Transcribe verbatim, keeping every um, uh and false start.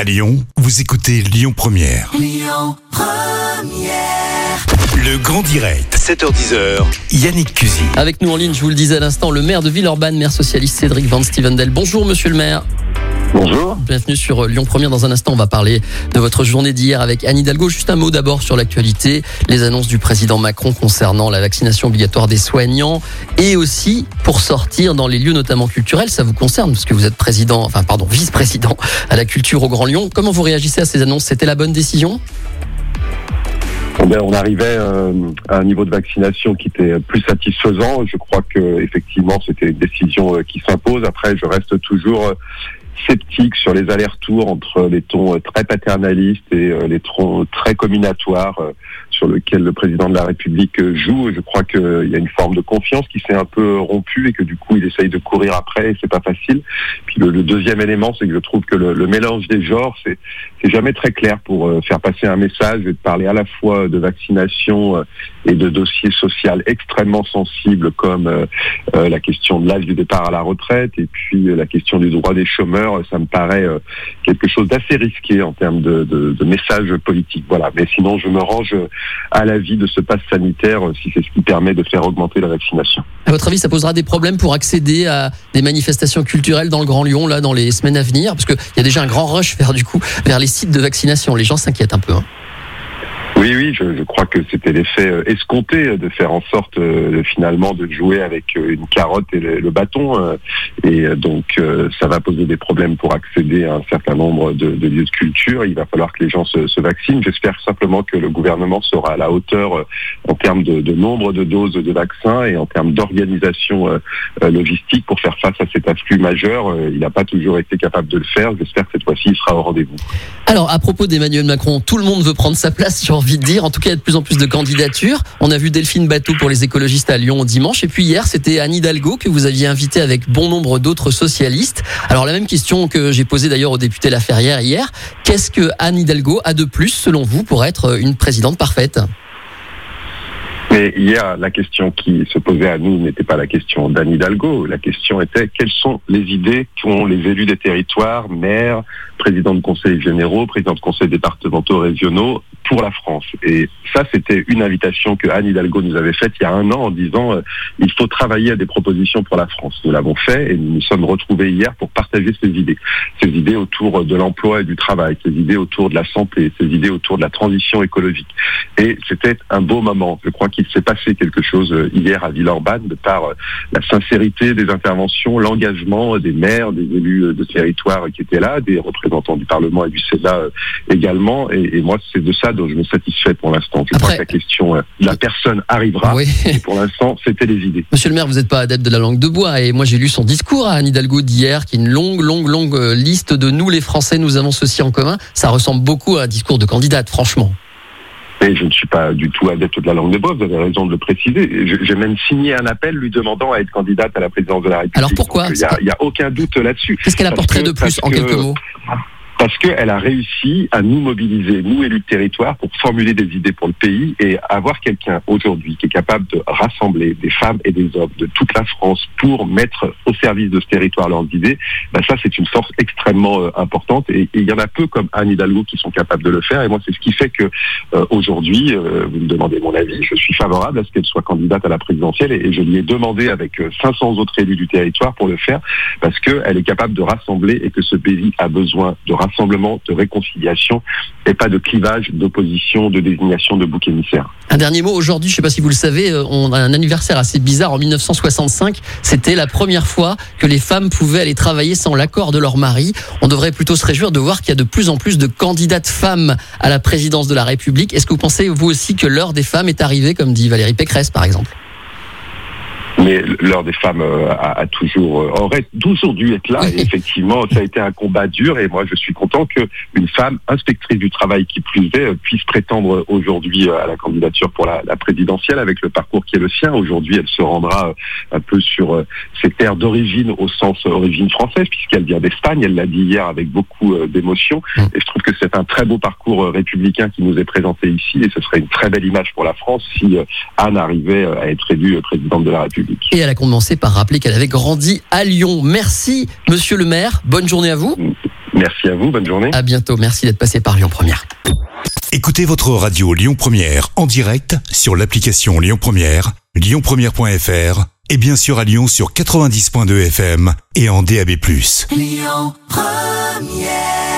À Lyon, vous écoutez Lyon Première. Lyon Première. Le grand direct, sept heures dix, Yannick Cusy. Avec nous en ligne, je vous le disais à l'instant, le maire de Villeurbanne, maire socialiste Cédric Van Stevendel. Bonjour monsieur le maire. Bonjour. Bienvenue sur Lyon Première. Dans un instant, on va parler de votre journée d'hier avec Anne Hidalgo. Juste un mot d'abord sur l'actualité, les annonces du président Macron concernant la vaccination obligatoire des soignants et aussi pour sortir dans les lieux notamment culturels. Ça vous concerne parce que vous êtes président, enfin pardon, vice-président à la culture au Grand Lyon. Comment vous réagissez à ces annonces? C'était la bonne décision? On arrivait euh, à un niveau de vaccination qui était plus satisfaisant. Je crois que effectivement c'était une décision euh, qui s'impose. Après, je reste toujours euh, sceptique sur les allers-retours entre les tons très paternalistes et les tons très comminatoires sur lesquels le président de la République joue. Je crois qu'il y a une forme de confiance qui s'est un peu rompue et que du coup il essaye de courir après et c'est pas facile. Puis le, le deuxième élément, c'est que je trouve que le, le mélange des genres, c'est, c'est jamais très clair pour faire passer un message et de parler à la fois de vaccination et de dossiers sociaux extrêmement sensibles comme euh, la question de l'âge du départ à la retraite et puis la question du droit des chômeurs. Ça me paraît euh, quelque chose d'assez risqué en termes de, de, de message politique. Voilà. Mais sinon, je me range à l'avis de ce pass sanitaire si c'est ce qui permet de faire augmenter la vaccination. À votre avis, ça posera des problèmes pour accéder à des manifestations culturelles dans le Grand Lyon là, dans les semaines à venir? Parce qu'il y a déjà un grand rush vers, du coup, vers les sites de vaccination. Les gens s'inquiètent un peu. Hein. Oui, oui, je, je crois que c'était l'effet escompté de faire en sorte euh, finalement de jouer avec une carotte et le, le bâton. Euh, et donc, euh, ça va poser des problèmes pour accéder à un certain nombre de, de lieux de culture. Il va falloir que les gens se, se vaccinent. J'espère simplement que le gouvernement sera à la hauteur euh, en termes de, de nombre de doses de vaccins et en termes d'organisation euh, logistique pour faire face à cet afflux majeur. Euh, il n'a pas toujours été capable de le faire. J'espère que cette fois-ci, il sera au rendez-vous. Alors, à propos d'Emmanuel Macron, tout le monde veut prendre sa place, j'ai envie de dire. En tout cas, il y a de plus en plus de candidatures. On a vu Delphine Bateau pour les écologistes à Lyon dimanche. Et puis hier, c'était Anne Hidalgo que vous aviez invitée avec bon nombre d'autres socialistes. Alors, la même question que j'ai posée d'ailleurs au député Laferrière hier. Qu'est-ce que Anne Hidalgo a de plus, selon vous, pour être une présidente parfaite ? Mais hier, la question qui se posait à nous n'était pas la question d'Anne Hidalgo. La question était quelles sont les idées qu'ont les élus des territoires, maires, présidents de conseils généraux, présidents de conseils départementaux, régionaux, pour la France. Et ça, c'était une invitation que Anne Hidalgo nous avait faite il y a un an en disant euh, il faut travailler à des propositions pour la France. Nous l'avons fait et nous nous sommes retrouvés hier pour partager ces idées. Ces idées autour de l'emploi et du travail, ces idées autour de la santé, ces idées autour de la transition écologique. Et c'était un beau moment. Je crois qu'il s'est passé quelque chose hier à Villeurbanne de par la sincérité des interventions, l'engagement des maires, des élus de territoire qui étaient là, des représentants du Parlement et du Sénat également. Et, et moi, c'est de ça dont je me satisfais pour l'instant. Je Après, crois que la question de la personne arrivera. Oui. Et pour l'instant, c'était les idées. Monsieur le maire, vous n'êtes pas adepte de la langue de bois. Et moi, j'ai lu son discours à Anne Hidalgo d'hier, qui est une longue, longue, longue liste de nous, les Français, nous avons ceci en commun. Ça ressemble beaucoup à un discours de candidate, franchement. Et je ne suis pas du tout adepte de la langue de bois, vous avez raison de le préciser. J'ai même signé un appel lui demandant à être candidate à la présidence de la République. Alors pourquoi ? Il n'y a, a aucun doute là-dessus. Qu'est-ce qu'elle apporterait de plus, en quelques mots ? Parce qu'elle a réussi à nous mobiliser, nous élus de territoire, pour formuler des idées pour le pays et avoir quelqu'un aujourd'hui qui est capable de rassembler des femmes et des hommes de toute la France pour mettre au service de ce territoire leurs idées, ben ça c'est une force extrêmement euh, importante et il y en a peu comme Anne Hidalgo qui sont capables de le faire et moi c'est ce qui fait que euh, aujourd'hui, euh, vous me demandez mon avis, je suis favorable à ce qu'elle soit candidate à la présidentielle et, et je lui ai demandé avec euh, cinq cents autres élus du territoire pour le faire parce qu'elle est capable de rassembler et que ce pays a besoin de rassembler rassemblement, de réconciliation et pas de clivage, d'opposition, de désignation de bouc émissaire. Un dernier mot, aujourd'hui, je ne sais pas si vous le savez, on a un anniversaire assez bizarre. En dix-neuf cent soixante-cinq, c'était la première fois que les femmes pouvaient aller travailler sans l'accord de leur mari. On devrait plutôt se réjouir de voir qu'il y a de plus en plus de candidates femmes à la présidence de la République. Est-ce que vous pensez, vous aussi, que l'heure des femmes est arrivée, comme dit Valérie Pécresse, par exemple ? Mais l'heure des femmes a, a toujours aurait toujours dû être là. Oui. Et effectivement, ça a été un combat dur. Et moi, je suis content qu'une femme inspectrice du travail qui plus est puisse prétendre aujourd'hui à la candidature pour la, la présidentielle avec le parcours qui est le sien. Aujourd'hui, elle se rendra un peu sur ses terres d'origine au sens origine française, puisqu'elle vient d'Espagne. Elle l'a dit hier avec beaucoup d'émotion. Et je trouve que c'est un très beau parcours républicain qui nous est présenté ici. Et ce serait une très belle image pour la France si Anne arrivait à être élue présidente de la République. Et elle a commencé par rappeler qu'elle avait grandi à Lyon. Merci, monsieur le maire. Bonne journée à vous. Merci à vous, bonne journée. À bientôt, merci d'être passé par Lyon Première. Écoutez votre radio Lyon Première en direct sur l'application Lyon Première, lyon première point f r et bien sûr à Lyon sur quatre-vingt-dix point deux F M et en D A B plus. Lyon Première.